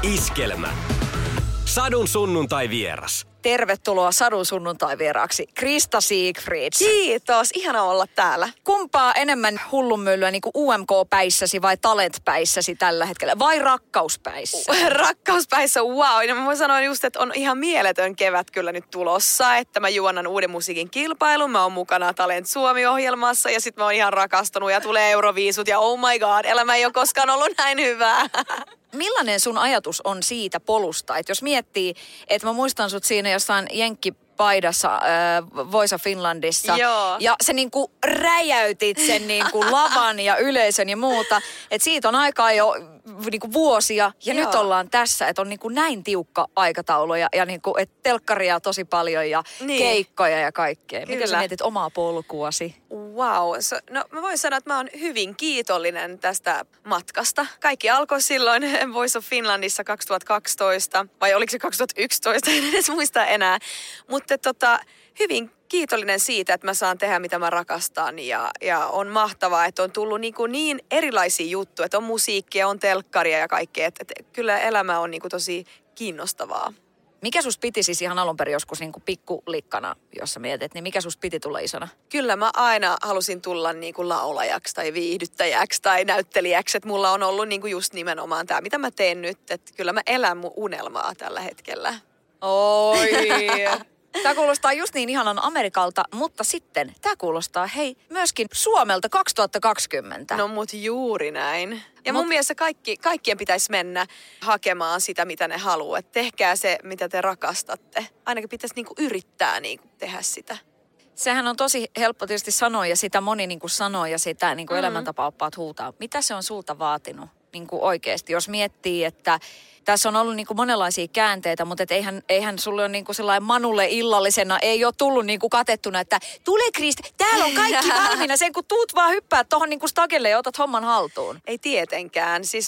Iskelmä. Sadun sunnuntai vieras. Tervetuloa Sadun sunnuntai vieraaksi Krista Siegfrids. Kiitos, ihana olla täällä. Kumpaa enemmän hullunmyllyä, niin kuin UMK-päissäsi vai talent-päissäsi tällä hetkellä? Vai rakkauspäissä? Rakkauspäissä, wow. Ja mä voin sanoa just, että on ihan mieletön kevät kyllä nyt tulossa. Että mä juonan uuden musiikin kilpailun. Mä oon mukana Talent Suomi-ohjelmassa ja sit mä oon ihan rakastunut ja tulee Euroviisut ja oh my god, elämä ei ole koskaan ollut näin hyvää. Millainen sun ajatus on siitä polusta? Että jos miettii, että mä muistan sut siinä jossain jenkkipaidassa Voice of Finlandissa. Joo. Ja se niinku räjäytit sen niinku lavan ja yleisön ja muuta. Että siitä on aikaa jo niinku vuosia ja Joo. nyt ollaan tässä. Että on niinku näin tiukka aikataulu ja niinku, et telkkaria tosi paljon ja Niin. keikkoja ja kaikkea. Miten sä Kyllä. mietit omaa polkuasi? Wow. No mä voin sanoa, että mä oon hyvin kiitollinen tästä matkasta. Kaikki alkoi silloin Voice of Finlandissa 2012, vai oliko se 2011, en edes muista enää. Mutta hyvin kiitollinen siitä, että mä saan tehdä mitä mä rakastan ja on mahtavaa, että on tullut niin erilaisia juttuja, että on musiikkia, on telkkaria ja kaikkea. Että kyllä elämä on tosi kiinnostavaa. Mikä sus piti siis ihan alun perin joskus niinku pikkulikkana, jos sä mietit, niin mikä sus piti tulla isona? Kyllä mä aina halusin tulla laulajaksi tai viihdyttäjäksi tai näyttelijäksi. Että mulla on ollut just nimenomaan tämä, mitä mä teen nyt. Että kyllä mä elän mun unelmaa tällä hetkellä. Oi! Tämä kuulostaa just niin ihanan Amerikalta, mutta sitten tämä kuulostaa, myöskin Suomelta 2020. No mut juuri näin. Ja mun mielestä kaikkien pitäisi mennä hakemaan sitä, mitä ne haluaa. Et tehkää se, mitä te rakastatte. Ainakin pitäisi yrittää tehdä sitä. Sehän on tosi helppo tietysti sanoa ja sitä moni sanoo ja sitä elämäntapaoppaat huutaa. Mitä se on sulta vaatinut oikeasti, jos miettii, että tässä on ollut monenlaisia käänteitä, mutta eihän sulle ole sellainen Manulle illallisena, ei ole tullut katettuna, että tule Krista, täällä on kaikki valmiina, sen kun tuut vaan hyppää tuohon stagelle ja otat homman haltuun. Ei tietenkään. Siis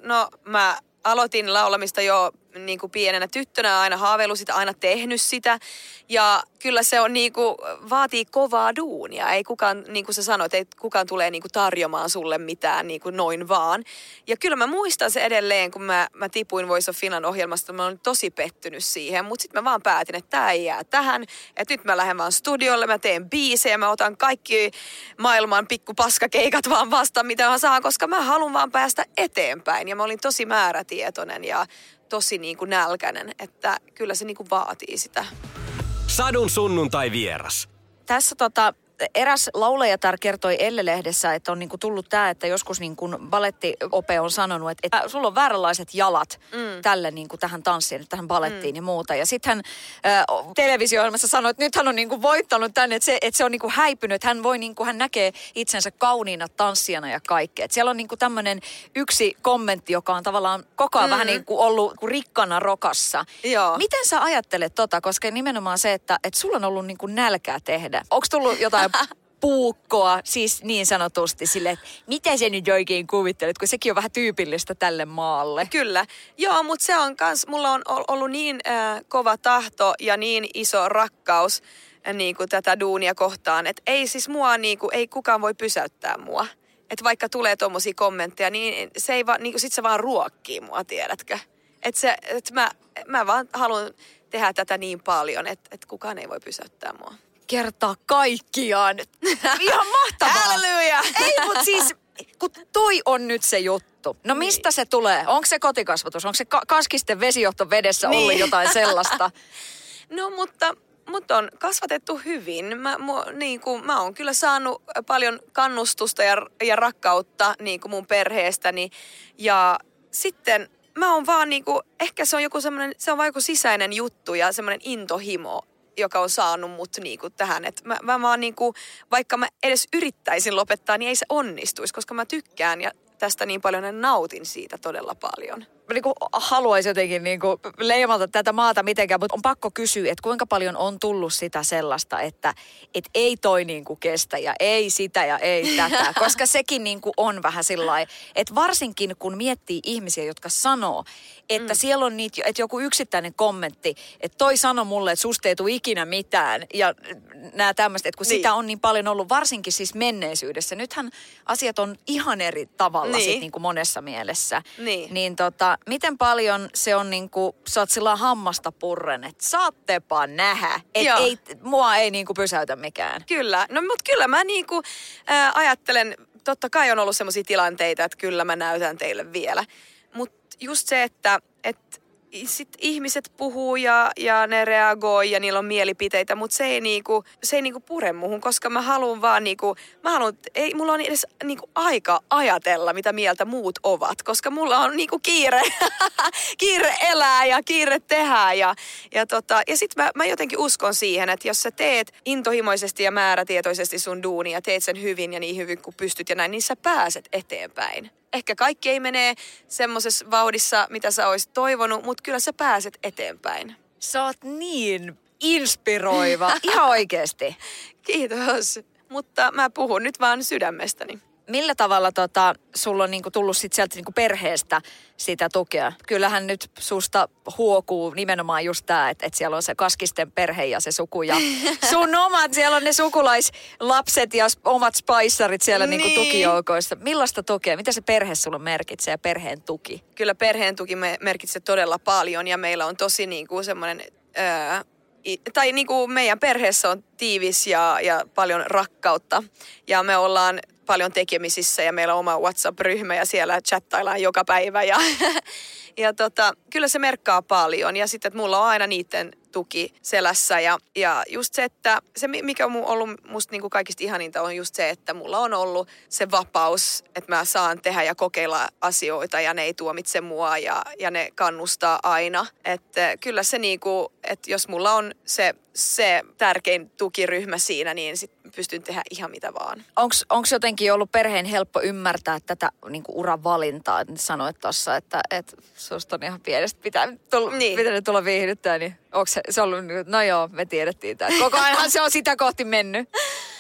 mä aloitin laulamista jo pienenä tyttönä, aina haaveillut sitä, aina tehnyt sitä. Ja kyllä se on vaatii kovaa duunia. Ei kukaan, niin kuin sä sanoit, ei kukaan tule tarjomaan sulle mitään noin vaan. Ja kyllä mä muistan se edelleen, kun mä tipuin Voice of Finland -ohjelmasta, mä olin tosi pettynyt siihen. Mutta sitten mä vaan päätin, että tää ei jää tähän. Että nyt mä lähden vaan studiolle, mä teen biisejä, mä otan kaikki maailman pikkupaskakeikat vaan vastaan, mitä mä saan, koska mä haluan vaan päästä eteenpäin. Ja mä olin tosi määrätietoinen ja tosi nälkäinen, että kyllä se vaatii sitä. Sadun sunnuntai vieras. Tässä eräs laulajatar kertoi Elle-lehdessä, että on tullut tämä, että joskus balettiope on sanonut, että sulla on vääränlaiset jalat tälle tähän tanssiin, tähän balettiin ja muuta. Ja sitten hän televisio-ohjelmassa sanoi, että nyt hän on voittanut tänne, että se on häipynyt. Hän voi hän näkee itsensä kauniina tanssijana ja kaikkea. Et siellä on tämmöinen yksi kommentti, joka on tavallaan koko ajan vähän ollut rikkana rokassa. Joo. Miten sä ajattelet koska nimenomaan se, että sulla on ollut nälkää tehdä. Onko tullut jotain puukkoa, siis niin sanotusti sille, että mitä sä nyt oikein kuvittelet, kun sekin on vähän tyypillistä tälle maalle. Kyllä. Joo, mutta se on kans, mulla on ollut niin kova tahto ja niin iso rakkaus tätä duunia kohtaan, että ei siis mua ei kukaan voi pysäyttää mua. Että vaikka tulee tommosia kommentteja, niin se ei vaan, sit se vaan ruokkii mua, tiedätkö? Että mä vaan haluan tehdä tätä niin paljon, että kukaan ei voi pysäyttää mua. Kertaa kaikkiaan. Ihan mahtavaa. Halleluja! Ei, mutta siis, kun toi on nyt se juttu. No mistä se tulee? Onko se kotikasvatus? Onko se kaskisten vesijohto vedessä ollut jotain sellaista? No mutta on kasvatettu hyvin. Mä oon kyllä saanut paljon kannustusta ja rakkautta mun perheestäni. Ja sitten mä oon vaan ehkä se on joku semmoinen, se on vaan joku sisäinen juttu ja semmoinen intohimo, joka on saanut mut tähän. Että mä vaan vaikka mä edes yrittäisin lopettaa, niin ei se onnistuisi, koska mä tykkään ja tästä niin paljon ja nautin siitä todella paljon. Mä haluaisin jotenkin leimata tätä maata mitenkään, mutta on pakko kysyä, että kuinka paljon on tullut sitä sellaista, että ei toi kestä ja ei sitä ja ei tätä. Koska sekin on vähän sillain, että varsinkin kun miettii ihmisiä, jotka sanoo, että siellä on niitä, että joku yksittäinen kommentti, että toi sano mulle, että susta ei tule ikinä mitään. Ja nämä tämmöiset, että kun sitä on niin paljon ollut, varsinkin siis menneisyydessä. Nythän asiat on ihan eri tavalla. tavalla Niin. sit niinku monessa mielessä. Niin. Niin miten paljon se on niinku, sä oot sillä hammasta purren, että saattepa nähdä, että mua ei niinku pysäytä mikään. Kyllä, no mut kyllä mä niinku ajattelen, totta kai on ollut semmoisia tilanteita, että kyllä mä näytän teille vielä. Mutta just se, että sit ihmiset puhuu ja ne reagoi ja niillä on mielipiteitä, mutta se ei niinku pure muhun, koska mä haluan vaan ei mulla on edes niinku aika ajatella, mitä mieltä muut ovat, koska mulla on niinku kiire, kiire elää ja kiire tehdä ja sit mä jotenkin uskon siihen, että jos sä teet intohimoisesti ja määrätietoisesti sun duunia ja teet sen hyvin ja niin hyvin kuin pystyt ja näin, niin sä pääset eteenpäin. Ehkä kaikki ei mene semmoisessa vauhdissa, mitä sä olisit toivonut, mutta kyllä sä pääset eteenpäin. Sä oot niin inspiroiva, ihan oikeesti. Kiitos, mutta mä puhun nyt vaan sydämestäni. Millä tavalla sulla on niinku tullut sit sieltä niinku perheestä sitä tukea? Kyllähän nyt susta huokuu nimenomaan just tää, että siellä on se Kaskisten perhe ja se suku ja sun omat, siellä on ne sukulaislapset ja omat spaissarit siellä niinku tukijoukoissa. Millaista tukea? Mitä se perhe sulla merkitsee ja perheen tuki? Kyllä perheen tuki merkitsee todella paljon ja meillä on tosi niinku semmoinen... tai niinku meidän perheessä on tiivis ja paljon rakkautta ja me ollaan paljon tekemisissä ja meillä on oma WhatsApp-ryhmä ja siellä chattaillaan joka päivä ja kyllä se merkkaa paljon ja sitten, että mulla on aina niiden tuki selässä ja just se, että se mikä on ollut musta niinku kaikista ihaninta on just se, että mulla on ollut se vapaus, että mä saan tehdä ja kokeilla asioita ja ne ei tuomitse mua ja ne kannustaa aina. Että kyllä se niinku, että jos mulla on se tärkein tukiryhmä siinä, niin sit pystyn tehdä ihan mitä vaan. Onko jotenkin ollut perheen helppo ymmärtää tätä niinku uran valintaa? Sanoit tuossa, että susta on ihan pienestä pitänyt tulla viihdyttää, niin onko se ollut, no joo, me tiedettiin tämä. Koko ajanhan se on sitä kohti mennyt.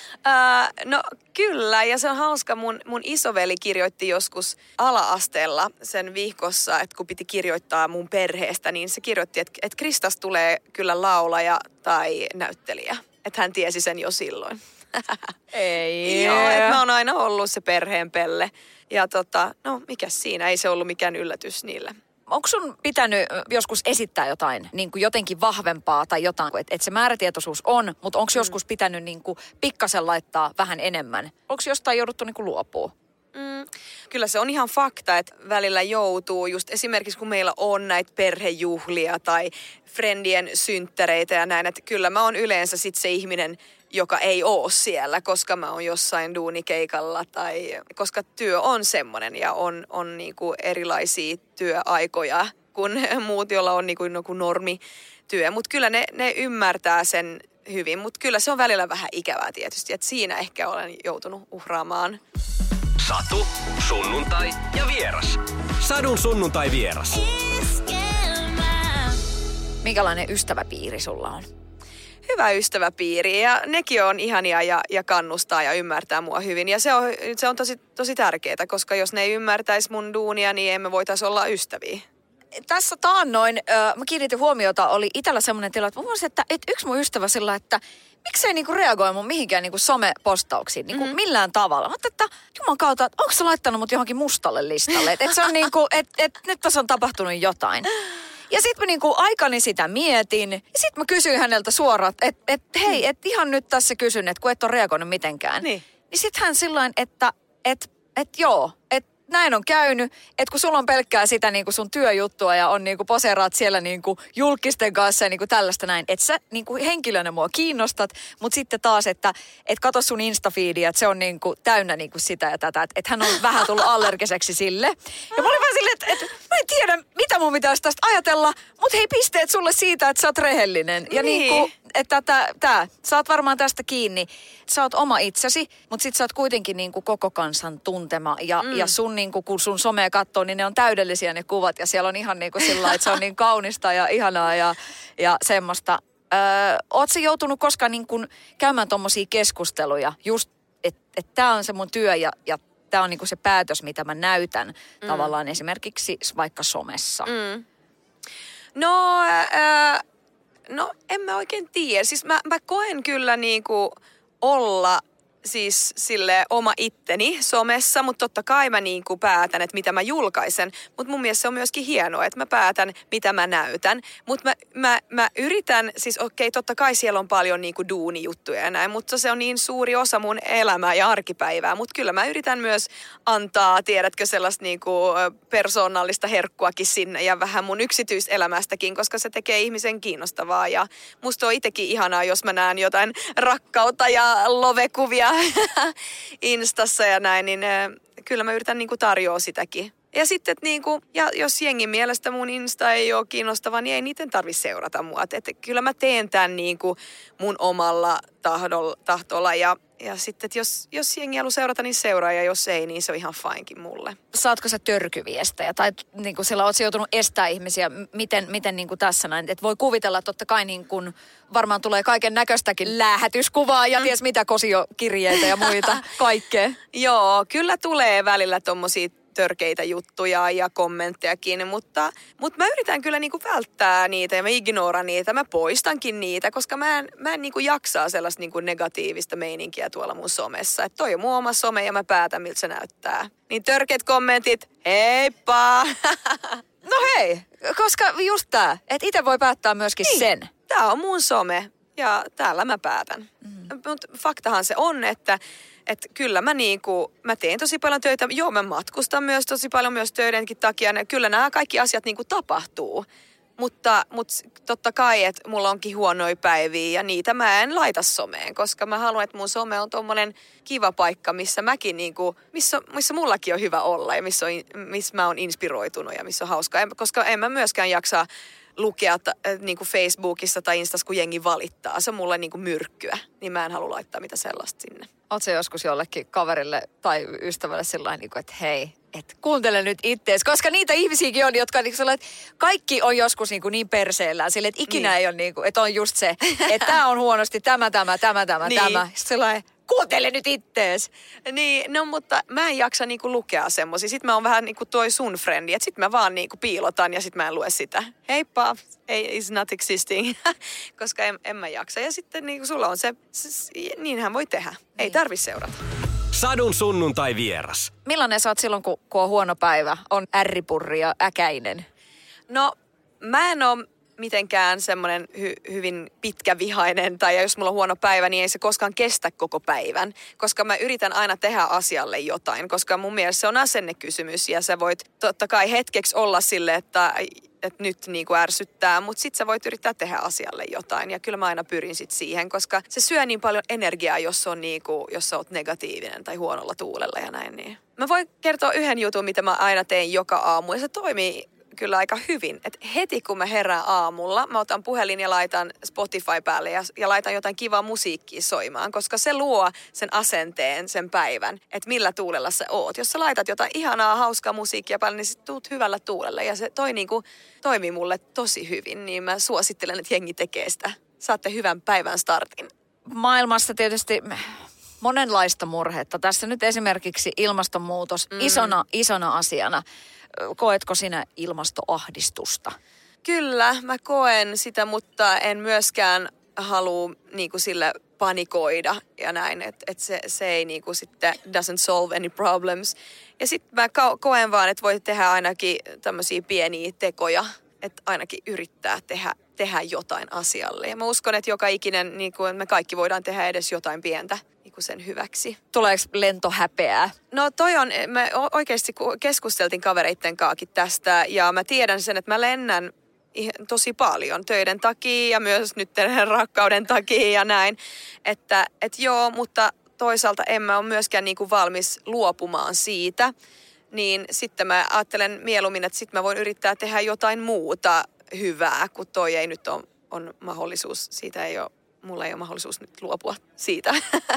No kyllä, ja se on hauska. Mun isoveli kirjoitti joskus ala-asteella sen vihkossa, että kun piti kirjoittaa mun perheestä, niin se kirjoitti, että Kristasta tulee kyllä laulaja tai näyttelijä. Että hän tiesi sen jo silloin. Ei. Joo, että mä oon aina ollut se perheen pelle. Ja no mikäs siinä, ei se ollut mikään yllätys niille. Onko sun pitänyt joskus esittää jotain niin kuin jotenkin vahvempaa tai jotain, että se määrätietoisuus on, mutta onko joskus pitänyt niin kuin pikkasen laittaa vähän enemmän? Onko jostain jouduttu niin kuin luopua? Kyllä se on ihan fakta, että välillä joutuu just esimerkiksi kun meillä on näitä perhejuhlia tai friendien synttäreitä ja näin, että kyllä mä oon yleensä sit se ihminen, joka ei oo siellä, koska mä oon jossain duunikeikalla tai koska työ on semmoinen ja on niinku erilaisia työaikoja kuin muut, joilla on niinku normityö. Mutta kyllä ne ymmärtää sen hyvin, mutta kyllä se on välillä vähän ikävää tietysti, että siinä ehkä olen joutunut uhraamaan. Satu, sunnuntai ja vieras. Sadun sunnuntai vieras. Minkälainen ystäväpiiri sulla on? Hyvä ystäväpiiri ja nekin on ihania ja kannustaa ja ymmärtää mua hyvin. Ja se on tosi tärkeää, koska jos ne ei ymmärtäisi mun duunia, niin emme voitaisi olla ystäviä. Tässä taannoin, mä kiinnitin huomiota, oli itsellä semmoinen tila, että mä huomasin, että yksi mun ystävä sillä, että miksei niinku reagoi mun mihinkään niinku somepostauksiin niinku millään tavalla. Mä ajattelin, että juman kautta, onko se laittanut mut johonkin mustalle listalle? Että se on niinku, että nyt tässä on tapahtunut jotain. Ja sit mä niinku aikani sitä mietin. Ja sit mä kysyin häneltä suoraan, että hei, että ihan nyt tässä kysyn, että kun et ole reagoinut mitenkään. Niin sit hän sillain, että joo, että näin on käynyt, että kun sulla on pelkkää sitä niinku sun työjuttua ja on niinku poseeraat siellä niinku julkisten kanssa ja niinku tällaista näin, että sä niinku henkilönä mua kiinnostat, mutta sitten taas, että kato sun Insta-feedia, että se on niinku täynnä niinku sitä ja tätä, että hän on vähän tullut allergiseksi sille. Ja mä olin vaan silleen, että mä en tiedä, mitä mun pitäisi tästä ajatella, mutta hei, pisteet sulle siitä, että sä oot rehellinen. Ja niinku, että sä oot varmaan tästä kiinni. Sä oot oma itsesi, mutta sit sä oot kuitenkin niinku koko kansan tuntema ja sun niinku, kun sun somea katsoo, niin ne on täydellisiä ne kuvat ja siellä on ihan niinku sillä, että se on niin kaunista ja ihanaa ja semmoista. Oot sä joutunut koskaan niinku käymään tommosia keskusteluja just, että tää on se mun työ ja tää on niinku se päätös, mitä mä näytän tavallaan esimerkiksi vaikka somessa? No en mä oikein tiedä. Siis mä koen kyllä niinku olla siis sille oma itteni somessa, mutta totta kai mä niin kuin päätän, että mitä mä julkaisen. Mutta mun mielestä se on myöskin hienoa, että mä päätän, mitä mä näytän. Mutta mä yritän, siis okei, totta kai siellä on paljon niin kuin duunijuttuja ja näin, mutta se on niin suuri osa mun elämää ja arkipäivää. Mutta kyllä mä yritän myös antaa, tiedätkö, sellaista niin kuin persoonallista herkkuakin sinne ja vähän mun yksityiselämästäkin, koska se tekee ihmisen kiinnostavaa. Ja musta on itsekin ihanaa, jos mä näen jotain rakkautta ja lovekuvia Instassa ja näin, niin kyllä mä yritän niinku tarjoa sitäkin. Ja sitten, että niinku, ja jos jengin mielestä mun Insta ei ole kiinnostava, niin ei niiden tarvitse seurata mua. Että kyllä mä teen tämän niinku mun omalla tahtolla ja sitten, että jos jengi haluaa seurata, niin seuraa, ja jos ei, niin se on ihan finekin mulle. Saatko sä törkyviestejä tai niin kuin sillä oot joutunut estää ihmisiä, miten niin kuin tässä näin? Et voi kuvitella, että totta kai niin kuin varmaan tulee kaiken näköistäkin lähetyskuvaa ja ties mitä kosiokirjeitä ja muita, kaikkea. Joo, kyllä tulee välillä tommosia törkeitä juttuja ja kommenttejakin, mutta mä yritän kyllä niinku välttää niitä ja mä ignoran niitä. Mä poistankin niitä, koska mä en niinku jaksaa sellaista niinku negatiivista meininkiä tuolla mun somessa. Että toi on mun oma some ja mä päätän, miltä se näyttää. Niin törkeät kommentit, heippa! No hei, koska just tää, että itse voi päättää myöskin niin, sen. Tää on mun some ja täällä mä päätän. Mutta faktahan se on, että kyllä mä teen tosi paljon töitä. Joo, mä matkustan myös tosi paljon myös töidenkin takia. Kyllä nämä kaikki asiat niinku tapahtuu. Mutta totta kai, että mulla onkin huonoja päiviä ja niitä mä en laita someen, koska mä haluan, että mun some on tommonen kiva paikka, missä mäkin niinku, missä mullakin on hyvä olla ja missä mä oon inspiroitunut ja missä on hauskaa. Koska en mä myöskään jaksa lukea niinku Facebookissa tai Instassa, kun jengi valittaa. Se on mulle niinku myrkkyä, niin mä en halua laittaa mitä sellaista sinne. Oot sä joskus jollekin kaverille tai ystävälle sellainen, niinku, että hei, et kuuntele nyt ittees, koska niitä ihmisiäkin on, jotka niinku sellainen, että kaikki on joskus niinku niin perseellään, sille että ikinä ei ole niinku, että on just se, että tää on huonosti, tämä. Niin. Sitten sellainen, kuuntele nyt ittees. Niin, no mutta mä en jaksa niinku lukea semmosia. Sitten mä oon vähän niinku toi sun frendi, että sit mä vaan niinku piilotan ja sit mä en lue sitä. Heippa, is not existing, koska en mä jaksa. Ja sitten niinku sulla on se niinhän voi tehdä. Niin. Ei tarvi seurata. Sadun sunnuntai vieras. Millainen sä oot silloin, kun on huono päivä, on ärripurri ja äkäinen? No, mä en oo mitenkään semmoinen hyvin pitkävihainen, tai jos mulla on huono päivä, niin ei se koskaan kestä koko päivän, koska mä yritän aina tehdä asialle jotain, koska mun mielestä se on asennekysymys, ja sä voit totta kai hetkeksi olla sille, että nyt niinku ärsyttää, mutta sit sä voit yrittää tehdä asialle jotain, ja kyllä mä aina pyrin sit siihen, koska se syö niin paljon energiaa, jos sä oot negatiivinen tai huonolla tuulella ja näin. Niin. Mä voin kertoa yhden jutun, mitä mä aina teen joka aamu, ja se toimii kyllä aika hyvin. Et heti kun mä herään aamulla, mä otan puhelin ja laitan Spotify päälle ja laitan jotain kivaa musiikkia soimaan, koska se luo sen asenteen, sen päivän, että millä tuulella sä oot. Jos sä laitat jotain ihanaa, hauskaa musiikkia päälle, niin sit tuut hyvällä tuulella. Ja se toimii mulle tosi hyvin, niin mä suosittelen, että jengi tekee sitä. Saatte hyvän päivän startin. Maailmassa tietysti monenlaista murhetta. Tässä nyt esimerkiksi ilmastonmuutos isona asiana. Koetko sinä ilmastoahdistusta? Kyllä, mä koen sitä, mutta en myöskään halua niinku sille panikoida ja näin, että se ei niinku sitten doesn't solve any problems. Ja sitten mä koen vaan, että voi tehdä ainakin tämmöisiä pieniä tekoja, että ainakin yrittää tehdä jotain asialle. Ja mä uskon, että joka ikinen, niin kuin me kaikki voidaan tehdä edes jotain pientä niin kuin sen hyväksi. Tuleeko lentohäpeää? No me oikeasti keskusteltiin kavereitten kaakin tästä ja mä tiedän sen, että mä lennän tosi paljon töiden takia ja myös nyt rakkauden takia ja näin. Että joo, mutta toisaalta en mä ole myöskään niin kuin valmis luopumaan siitä. Niin sitten mä ajattelen mieluummin, että sitten mä voin yrittää tehdä jotain muuta hyvää, kun toi ei nyt on mahdollisuus. Mulla ei ole mahdollisuus nyt luopua siitä.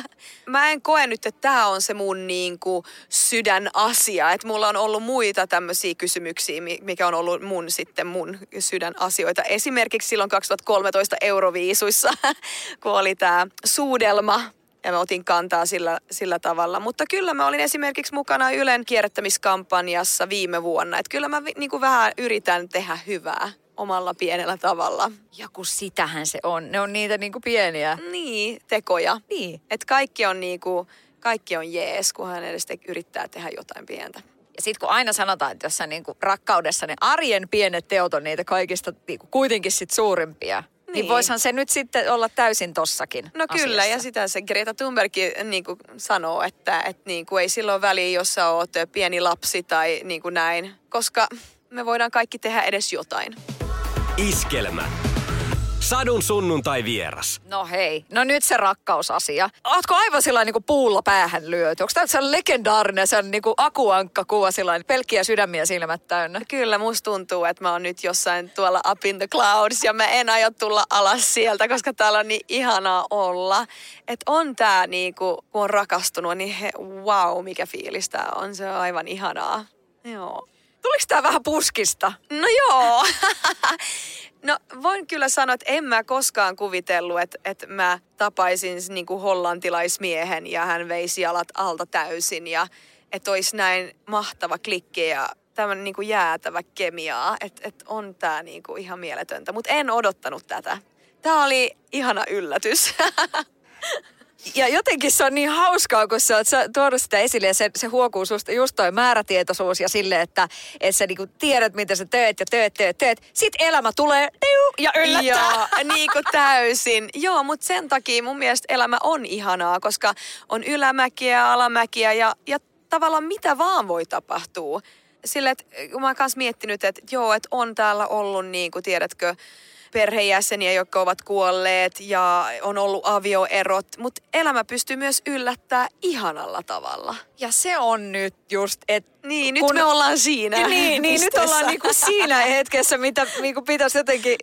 Mä en koe nyt, että tää on se mun niinku sydänasia. Että mulla on ollut muita tämmöisiä kysymyksiä, mikä on ollut mun sydänasioita. Esimerkiksi silloin 2013 Euroviisuissa, kun oli tää suudelma. Ja mä otin kantaa sillä tavalla. Mutta kyllä mä olin esimerkiksi mukana Ylen kierrättämiskampanjassa viime vuonna. Että kyllä mä niinku vähän yritän tehdä hyvää omalla pienellä tavalla. Ja kun sitähän se on. Ne on niitä niinku pieniä. Niin, tekoja. Niin. Että kaikki on jees, kunhan edes yrittää tehdä jotain pientä. Ja sit kun aina sanotaan, että jossain niinku rakkaudessa ne arjen pienet teot on niitä kaikista niinku kuitenkin sit suurimpia. Niin voishan se nyt sitten olla täysin tossakin No asiassa. kyllä, ja sitä se Greta Thunberg niinku sanoo, että niinku ei silloin väliä, jos sä oot pieni lapsi tai niinku näin. Koska me voidaan kaikki tehdä edes jotain. Iskelmä. Sadun sunnuntai vieras. No hei, no nyt se rakkausasia. Ootko aivan sillä niin kuin puulla päähän lyöty? Onko tämä sellainen legendaarinen, sellainen niin kuin akuankkakuva, sellainen pelkkiä sydämiä silmät täynnä? Kyllä, musta tuntuu, että mä oon nyt jossain tuolla up in the clouds ja mä en aio tulla alas sieltä, koska täällä on niin ihanaa olla. Että on tää niinku, kun on rakastunut, niin wow, mikä fiilis tää on. Se on aivan ihanaa. Joo. Tuliko tää vähän puskista? No joo. No voin kyllä sanoa, että en mä koskaan kuvitellut, että mä tapaisin niinku hollantilaismiehen ja hän veisi jalat alta täysin ja että olisi näin mahtava klikki ja tämmöinen niinku jäätävä kemiaa. Että on tää niinku ihan mieletöntä, mutta en odottanut tätä. Tää oli ihana yllätys. Ja jotenkin se on niin hauskaa, kun sä oot tuonut sitä esille ja se huokuu susta just toi määrätietoisuus ja sille, että sä niinku tiedät, mitä sä teet ja teet. Sitten elämä tulee ja yllättää. Joo, niinku täysin. Joo, mutta sen takia mun mielestä elämä on ihanaa, koska on ylämäkiä, alamäkiä ja tavallaan mitä vaan voi tapahtua. Sille, että kun mä oon kanssa miettinyt, että joo, että on täällä ollut niinku, tiedätkö, perheenjäseniä, jotka ovat kuolleet ja on ollut avioerot, mutta elämä pystyy myös yllättää ihanalla tavalla. Ja se on nyt just, että niin, nyt me ollaan siinä. Niin nyt ollaan niinku siinä hetkessä, mitä niinku pitäisi jotenkin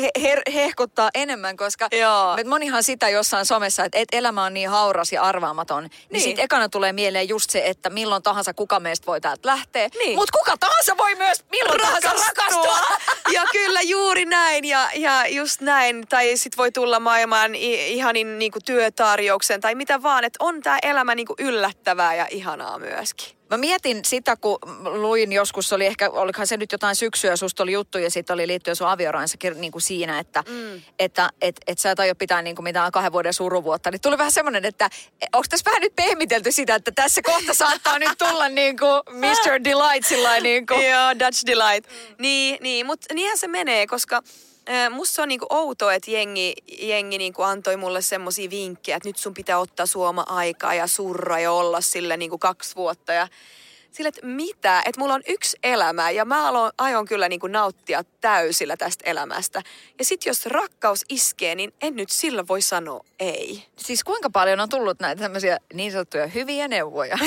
hehkuttaa enemmän, koska monihan sitä jossain somessa, että elämä on niin hauras ja arvaamaton, niin sitten ekana tulee mieleen just se, että milloin tahansa kuka meistä voi täältä lähteä, mutta kuka tahansa voi myös milloin tahansa rakastua. Ja kyllä juuri näin ja just näin, tai sit voi tulla maailmaan ihanin niinku työtarjouksen tai mitä vaan, että on tää elämä niinku yllättävää ja ihanaa myöskin. Mä mietin sitä, kun luin joskus, olikohan se nyt jotain syksyä, susta oli juttu ja sitten oli liittyen sun avioranssakin niin kuin siinä, että sä et aio pitää niin kuin mitään 2 vuoden suruvuotta. Niin tuli vähän semmoinen, että onko tässä vähän nyt pehmitelty sitä, että tässä kohta saattaa nyt tulla niin kuin Mr. Delight sillain niin kuin. Joo, Dutch Delight. Niin, mutta niinhän se menee, koska musta se on niinku outoa, että jengi niinku antoi mulle semmosia vinkkejä, että nyt sun pitää ottaa suoma aikaa ja surra ja olla sille niinku 2 vuotta. Ja sille, että mitä? Että mulla on yksi elämä ja mä aion kyllä niinku nauttia täysillä tästä elämästä. Ja sit jos rakkaus iskee, niin en nyt sillä voi sanoa ei. Siis kuinka paljon on tullut näitä tämmöisiä niin sanottuja hyviä neuvoja?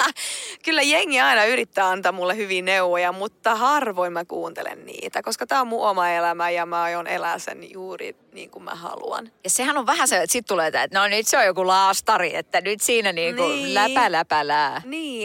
Kyllä jengi aina yrittää antaa mulle hyviä neuvoja, mutta harvoin mä kuuntelen niitä, koska tää on mun oma elämä ja mä aion elää sen juuri niin kuin mä haluan. Ja sehän on vähän se, että sit tulee tämä, että no nyt se on joku laastari, että nyt siinä niinku läpälää.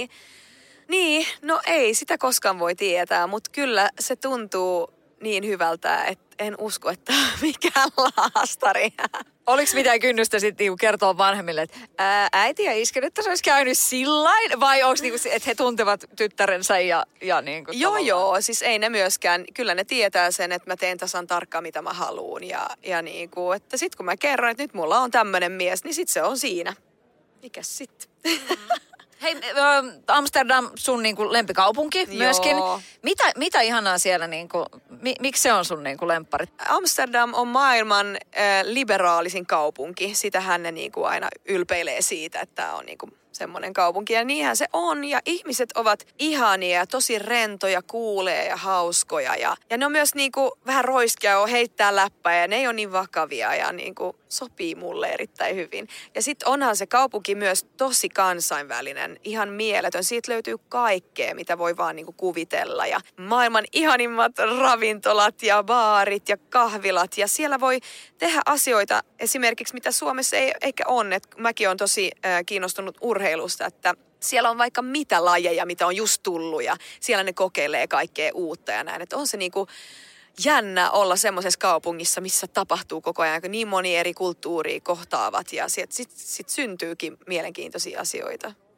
Niin, no ei sitä koskaan voi tietää, mutta kyllä se tuntuu niin hyvältä, että en usko, että mikään laastari. Oliko mitään kynnystä sitten niinku kertoa vanhemmille, että äiti ja iskä, että se olisi käynyt sillain? Vai onko niinku, että he tuntevat tyttärensä ja niinku Joo, siis ei ne myöskään. Kyllä ne tietää sen, että mä teen tasan tarkkaan, mitä mä haluun. Ja niinku, että sit kun mä kerron, että nyt mulla on tämmönen mies, niin sit se on siinä. Mikäs sitten? Hei, Amsterdam, sun niinku lempikaupunki myöskin. Mitä ihanaa siellä, niinku, miksi se on sun niinku lemppari? Amsterdam on maailman liberaalisin kaupunki. Sitähän ne niinku aina ylpeilee siitä, että tää on niinku semmoinen kaupunki. Ja niinhän se on. Ja ihmiset ovat ihania ja tosi rentoja, kuulee ja hauskoja. Ja ne on myös niinku vähän roiskia ja heittää läppää ja ne ei ole niin vakavia ja niinku sopii mulle erittäin hyvin. Ja sit onhan se kaupunki myös tosi kansainvälinen, ihan mieletön. Siitä löytyy kaikkea, mitä voi vaan niinku kuvitella. Ja maailman ihanimmat ravintolat ja baarit ja kahvilat. Ja siellä voi tehdä asioita esimerkiksi, mitä Suomessa ei ehkä on. Et mäkin olen tosi kiinnostunut urheilusta, että siellä on vaikka mitä lajeja, mitä on just tullut ja siellä ne kokeilee kaikkea uutta ja näin. Että on se niinku jännä olla semmoisessa kaupungissa, missä tapahtuu koko ajan, kun niin moni eri kulttuuria kohtaavat ja sit syntyykin mielenkiintoisia asioita.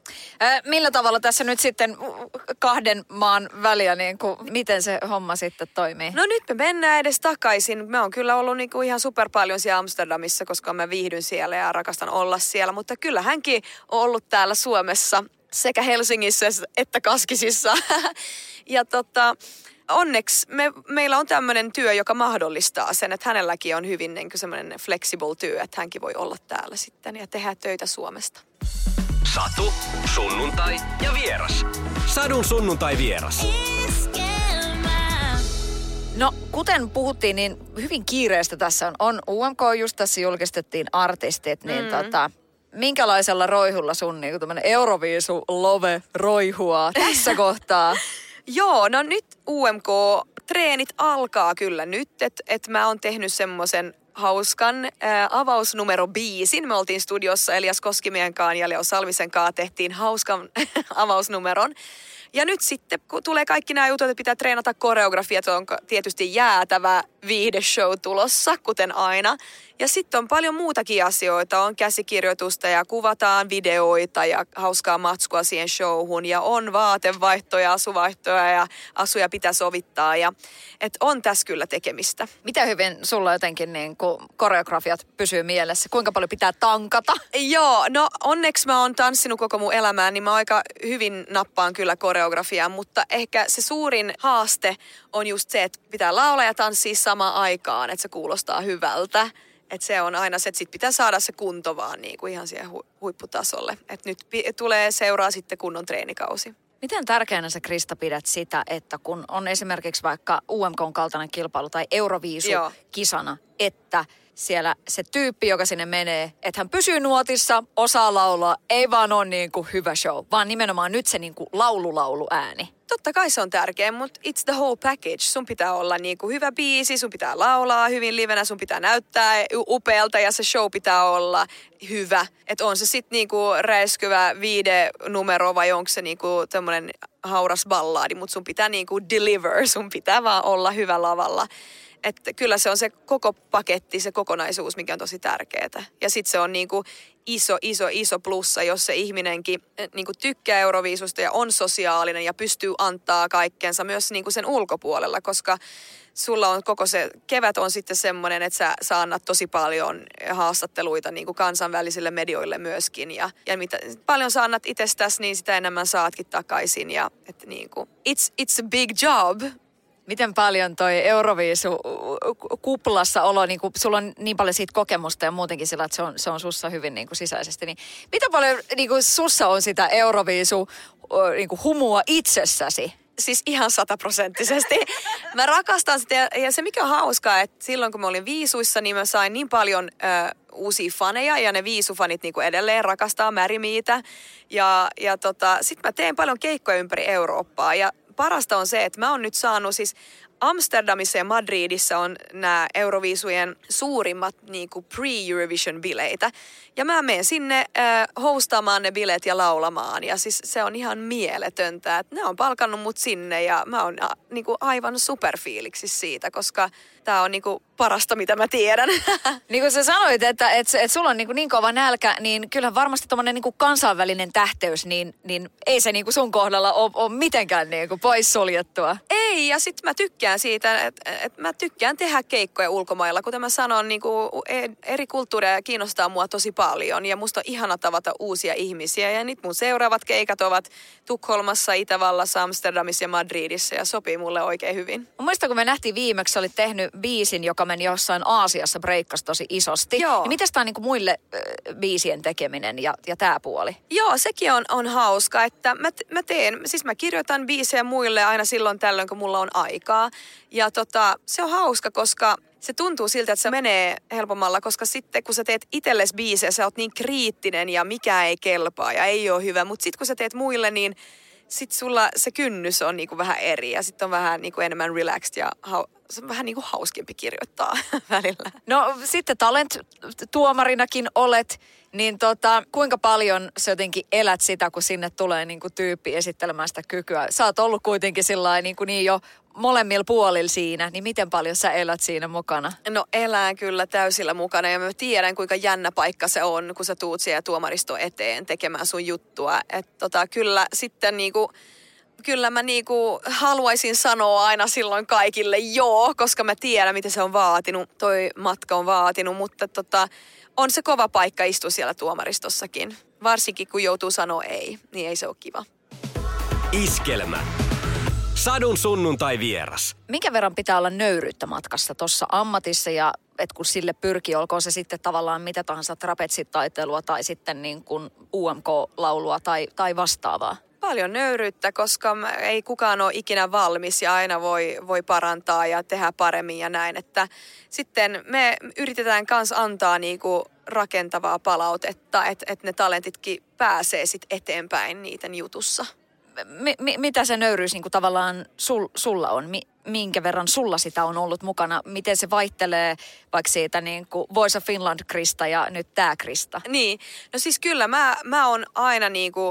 Millä tavalla tässä nyt sitten kahden maan väliä, niin kuin, miten se homma sitten toimii? No nyt me mennään edes takaisin. Mä oon kyllä ollut niinku ihan super paljon siellä Amsterdamissa, koska mä viihdyn siellä ja rakastan olla siellä. Mutta kyllä hänkin on ollut täällä Suomessa sekä Helsingissä että Kaskisissa. Ja onneksi meillä on tämmöinen työ, joka mahdollistaa sen, että hänelläkin on hyvin niin kuin semmoinen flexible työ, että hänkin voi olla täällä sitten ja tehdä töitä Suomesta. Satu, sunnuntai ja vieras. Sadun sunnuntai vieras. No, kuten puhuttiin, niin hyvin kiireistä tässä on UMK, just tässä julkistettiin artistit, niin minkälaisella roihulla sun niin tämmöinen Euroviisu-love roihua tässä kohtaa? Joo, no nyt UMK-treenit alkaa kyllä nyt, että mä oon tehnyt semmoisen hauskan avausnumero-biisin. Me oltiin studiossa Elias Koskimien kanssa ja Leo Salmisen kanssa tehtiin hauskan avausnumeron. Ja nyt sitten, kun tulee kaikki nämä jutut, että pitää treenata koreografiat, on tietysti jäätävä viihdeshow tulossa, kuten aina. Ja sitten on paljon muutakin asioita. On käsikirjoitusta ja kuvataan videoita ja hauskaa matskua siihen showhun. Ja on vaatevaihtoja, asuvaihtoja ja asuja pitää sovittaa. Ja, on tässä kyllä tekemistä. Miten hyvin sulla jotenkin niin kuin koreografiat pysyy mielessä? Kuinka paljon pitää tankata? Joo, no onneksi mä oon tanssinut koko mun elämään, niin mä aika hyvin nappaan kyllä koreografiaa. Mutta ehkä se suurin haaste on just se, että pitää laulaa ja tanssia samaan aikaan, että se kuulostaa hyvältä. Että se on aina se, että sit pitää saada se kunto vaan niin kuin ihan siihen huipputasolle. Että nyt seuraa sitten kunnon treenikausi. Miten tärkeänä sä, Krista, pidät sitä, että kun on esimerkiksi vaikka UMK:n kaltainen kilpailu tai Euroviisu-kisana, että siellä se tyyppi, joka sinne menee, että hän pysyy nuotissa, osaa laulaa, ei vaan ole niin kuin hyvä show, vaan nimenomaan nyt se niin kuin laulu-ääni. Totta kai se on tärkeä, mutta it's the whole package. Sun pitää olla niinku hyvä biisi, sun pitää laulaa hyvin livenä, sun pitää näyttää upealta ja se show pitää olla hyvä. Että on se sitten niinku räiskyvä numero vai onko se niinku tämmönen hauras ballaadi, mutta sun pitää niinku deliver, sun pitää vaan olla hyvä lavalla. Että kyllä se on se koko paketti, se kokonaisuus, mikä on tosi tärkeää. Ja sitten se on niinku iso plussa, jos se ihminenkin niinku tykkää Euroviisusta ja on sosiaalinen ja pystyy antaa kaikkensa myös niinku sen ulkopuolella, koska sulla on koko se kevät on sitten semmoinen, että sä annat tosi paljon haastatteluita niinku kansainvälisille medioille myöskin. Ja mitä paljon sä annat itsestäsi, niin sitä enemmän saatkin takaisin. Ja että niinku, it's a big job. Miten paljon toi Euroviisu-kuplassa olo, niin kun sulla on niin paljon siitä kokemusta ja muutenkin sillä, että se on sussa hyvin niin kuin sisäisesti, niin miten paljon niin kuin sussa on sitä Euroviisu-humua itsessäsi? Siis ihan 100%. Mä rakastan sitä ja se mikä on hauskaa, että silloin kun mä olin viisuissa, niin mä sain niin paljon uusia faneja ja ne viisufanit niin kuin edelleen rakastaa Märi-Miitä. Ja sit mä teen paljon keikkoja ympäri Eurooppaa ja parasta on se, että mä oon nyt saanut siis Amsterdamissa ja Madridissa on nämä Euroviisujen suurimmat niinku pre-Eurovision-bileitä. Ja mä menen sinne hostaamaan ne bileet ja laulamaan. Ja siis se on ihan mieletöntä, että ne on palkannut mut sinne ja mä oon niinku aivan superfiiliksissä siitä, koska tää on niinku parasta, mitä mä tiedän. Niin kuin sä sanoit, että sulla on niin kova nälkä, niin kyllähän varmasti tommonen niin kansainvälinen tähteys, niin ei se niin sun kohdalla ole mitenkään niin poissuljettua. Ei, ja sit mä tykkään siitä, että mä tykkään tehdä keikkoja ulkomailla. Kuten mä sanon, niin eri kulttuureja kiinnostaa mua tosi paljon ja musta on ihana tavata uusia ihmisiä. Ja nyt mun seuraavat keikat ovat Tukholmassa, Itävallassa, Amsterdamissa ja Madridissa ja sopii mulle oikein hyvin. Muistan, kun me nähtiin viimeksi, sä olit tehnyt biisin, joka meni jossain Aasiassa, breikkasi tosi isosti. Joo. Niin mitäs tää on niin kuin muille biisien tekeminen ja tää puoli? Joo, sekin on hauska, että mä kirjoitan biisejä muille aina silloin tällöin, kun mulla on aikaa. Ja se on hauska, koska se tuntuu siltä, että se menee helpommalla, koska sitten kun sä teet itsellesi biisejä, sä oot niin kriittinen ja mikä ei kelpaa ja ei ole hyvä. Mutta sitten kun sä teet muille, niin sitten sulla se kynnys on niinku vähän eri ja sitten on vähän niinku enemmän relaxed ja se on vähän niinku hauskempi kirjoittaa välillä. No sitten talent-tuomarinakin olet, niin kuinka paljon sä jotenkin elät sitä, kun sinne tulee niinku tyyppi esittelemään sitä kykyä? Sä oot ollut kuitenkin sillain niin jo molemmilla puolilla siinä, niin miten paljon sä elät siinä mukana? No elän kyllä täysillä mukana ja mä tiedän kuinka jännä paikka se on, kun sä tuut siellä tuomariston eteen tekemään sun juttua. Että kyllä sitten niinku... Kyllä mä haluaisin sanoa aina silloin kaikille joo, koska mä tiedän, mitä se on vaatinut. Toi matka on vaatinut, mutta on se kova paikka istua siellä tuomaristossakin. Varsinkin kun joutuu sanoa ei, niin ei se ole kiva. Iskelmä. Sadun sunnuntai vieras. Minkä verran pitää olla nöyryyttä matkassa tuossa ammatissa ja et kun sille pyrkii, olkoon se sitten tavallaan mitä tahansa trapetsitaiteilua tai sitten niin kuin UMK-laulua tai vastaavaa? Paljon nöyryyttä, koska ei kukaan ole ikinä valmis ja aina voi parantaa ja tehdä paremmin ja näin. Että sitten me yritetään kanssa antaa niinku rakentavaa palautetta, että ne talentitkin pääsee sitten eteenpäin niiden jutussa. Mitä se nöyryys niinku tavallaan sulla on? Minkä verran sulla sitä on ollut mukana? Miten se vaihtelee vaikka siitä niinku Voice of Finland Krista ja nyt tää Krista? Niin, no siis kyllä mä oon aina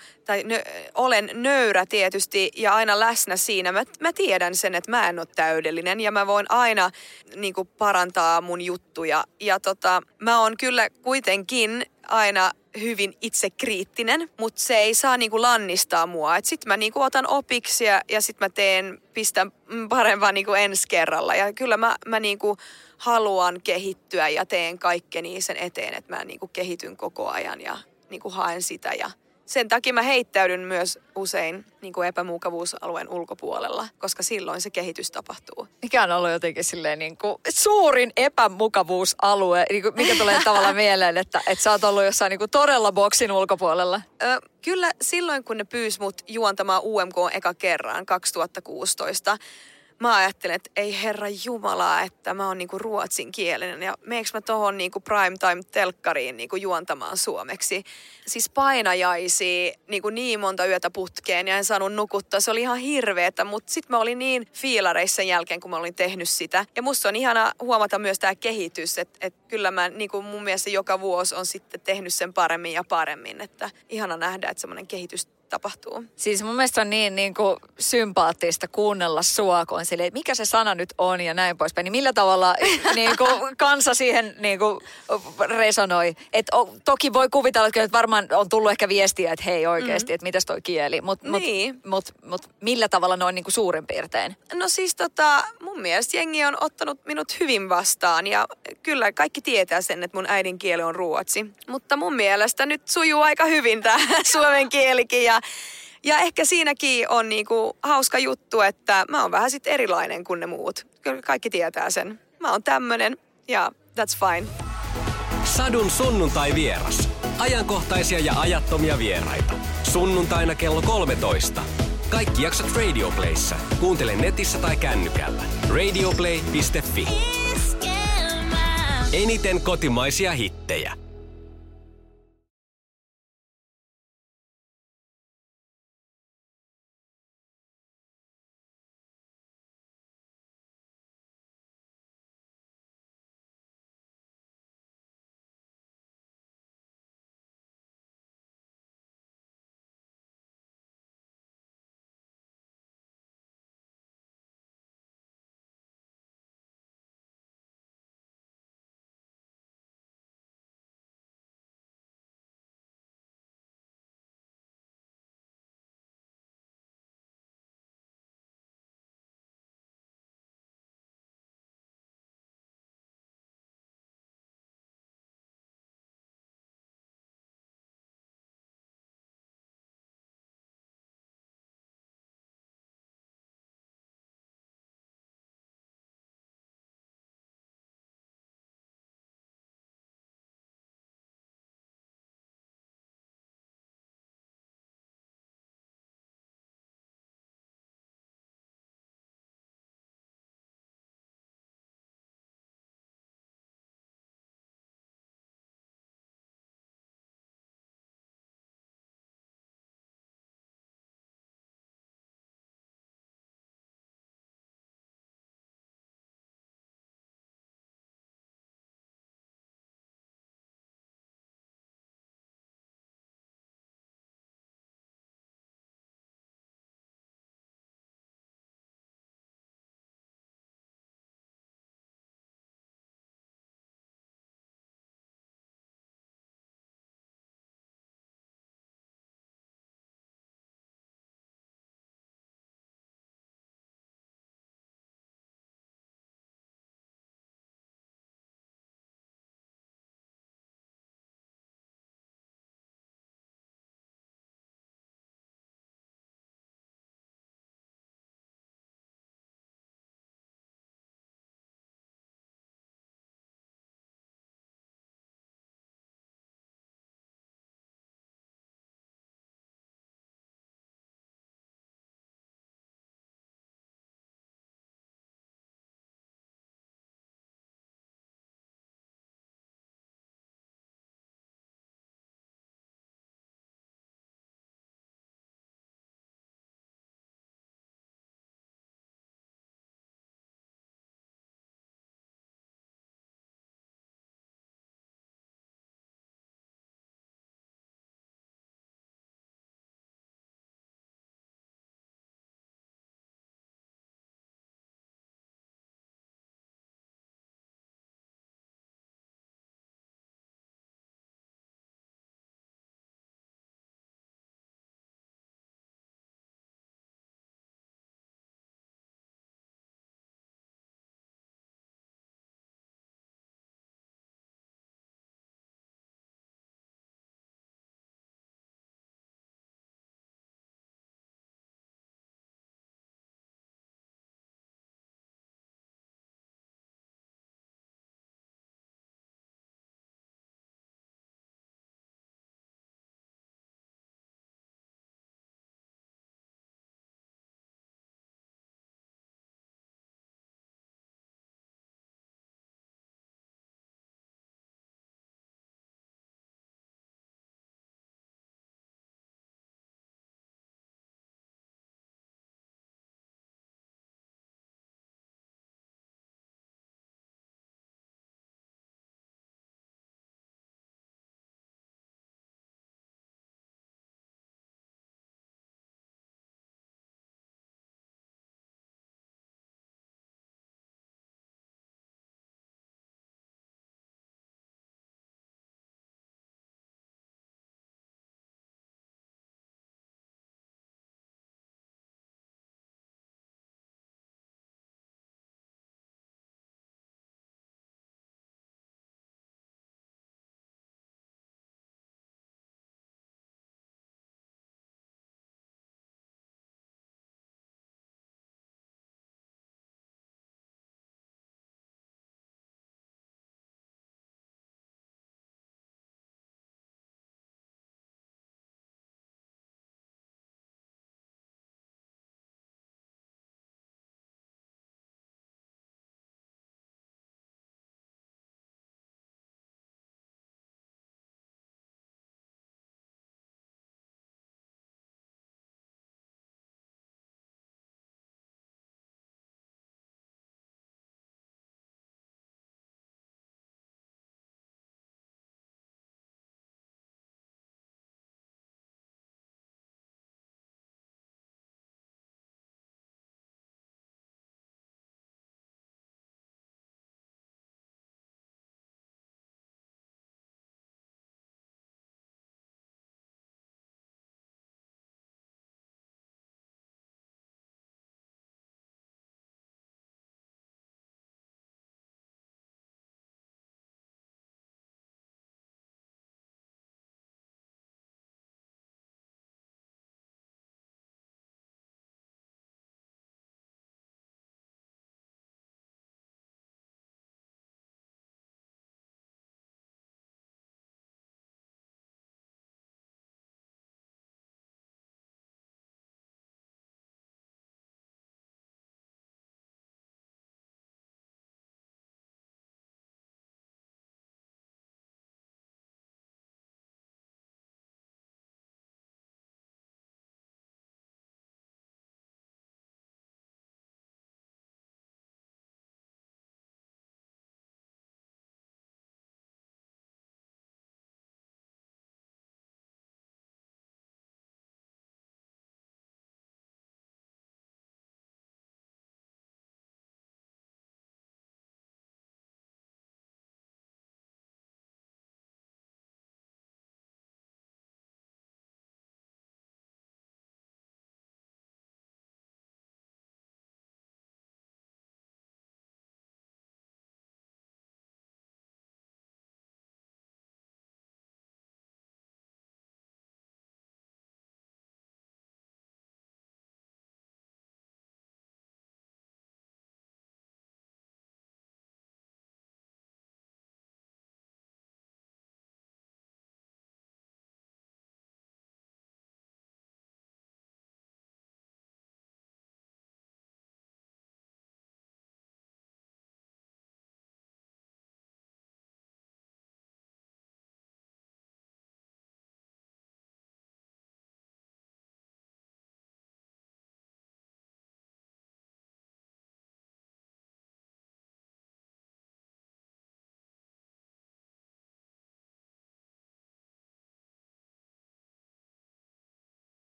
olen nöyrä tietysti ja aina läsnä siinä. Mä tiedän sen, että mä en ole täydellinen ja mä voin aina niinku parantaa mun juttuja. Ja mä oon kyllä kuitenkin aina hyvin itsekriittinen, mutta se ei saa niinku lannistaa mua. Sitten mä niinku otan opiksi ja sitten mä pistän parempaa niinku ensi kerralla. Ja kyllä mä niinku haluan kehittyä ja teen kaikkeni sen eteen, että mä niinku kehityn koko ajan ja niinku haen sitä. Ja sen takia mä heittäydyn myös usein niinku epämukavuusalueen ulkopuolella, koska silloin se kehitys tapahtuu. Mikä on ollut jotenkin silleen niinku suurin epämukavuusalue, niinku mikä tulee tavallaan mieleen, että sä oot ollut jossain niinku todella boksin ulkopuolella? Kyllä silloin, kun ne pyysi mut juontamaan UMK eka kerran 2016, mä ajattelen, että ei herra jumalaa, että mä oon niinku ruotsinkielinen ja meneekö mä tohon niinku primetime-telkkariin niinku juontamaan suomeksi. Siis painajaisia niin monta yötä putkeen ja en saanut nukuttaa. Se oli ihan hirveetä, mutta sit mä olin niin fiilareissa sen jälkeen, kun mä olin tehnyt sitä. Ja musta on ihana huomata myös tää kehitys, että kyllä mä mun mielestä joka vuosi on sitten tehnyt sen paremmin ja paremmin. Että ihana nähdä, että semmoinen kehitys tapahtuu. Siis mun mielestä on niin kuin sympaattista kuunnella sua, kun on silleen, että mikä se sana nyt on ja näin poispäin. Niin millä tavalla niin kuin kansa siihen niin kuin resonoi. Et toki voi kuvitella, että varmaan on tullut ehkä viestiä, että hei oikeasti, että mitäs toi kieli. Mut millä tavalla noin niin kuin suurin piirtein? No siis mun mielestä jengi on ottanut minut hyvin vastaan ja kyllä kaikki tietää sen, että mun äidinkieli on ruotsi. Mutta mun mielestä nyt sujuu aika hyvin tää suomen kielikin ja ehkä siinäkin on niinku hauska juttu, että mä oon vähän sit erilainen kuin ne muut. Kyllä kaikki tietää sen. Mä oon tämmönen ja that's fine. Sadun sunnuntai vieras. Ajankohtaisia ja ajattomia vieraita. Sunnuntaina kello 13. Kaikki jaksot Radio Playssa. Kuuntele netissä tai kännykällä. radioplay.fi. Eniten kotimaisia hittejä.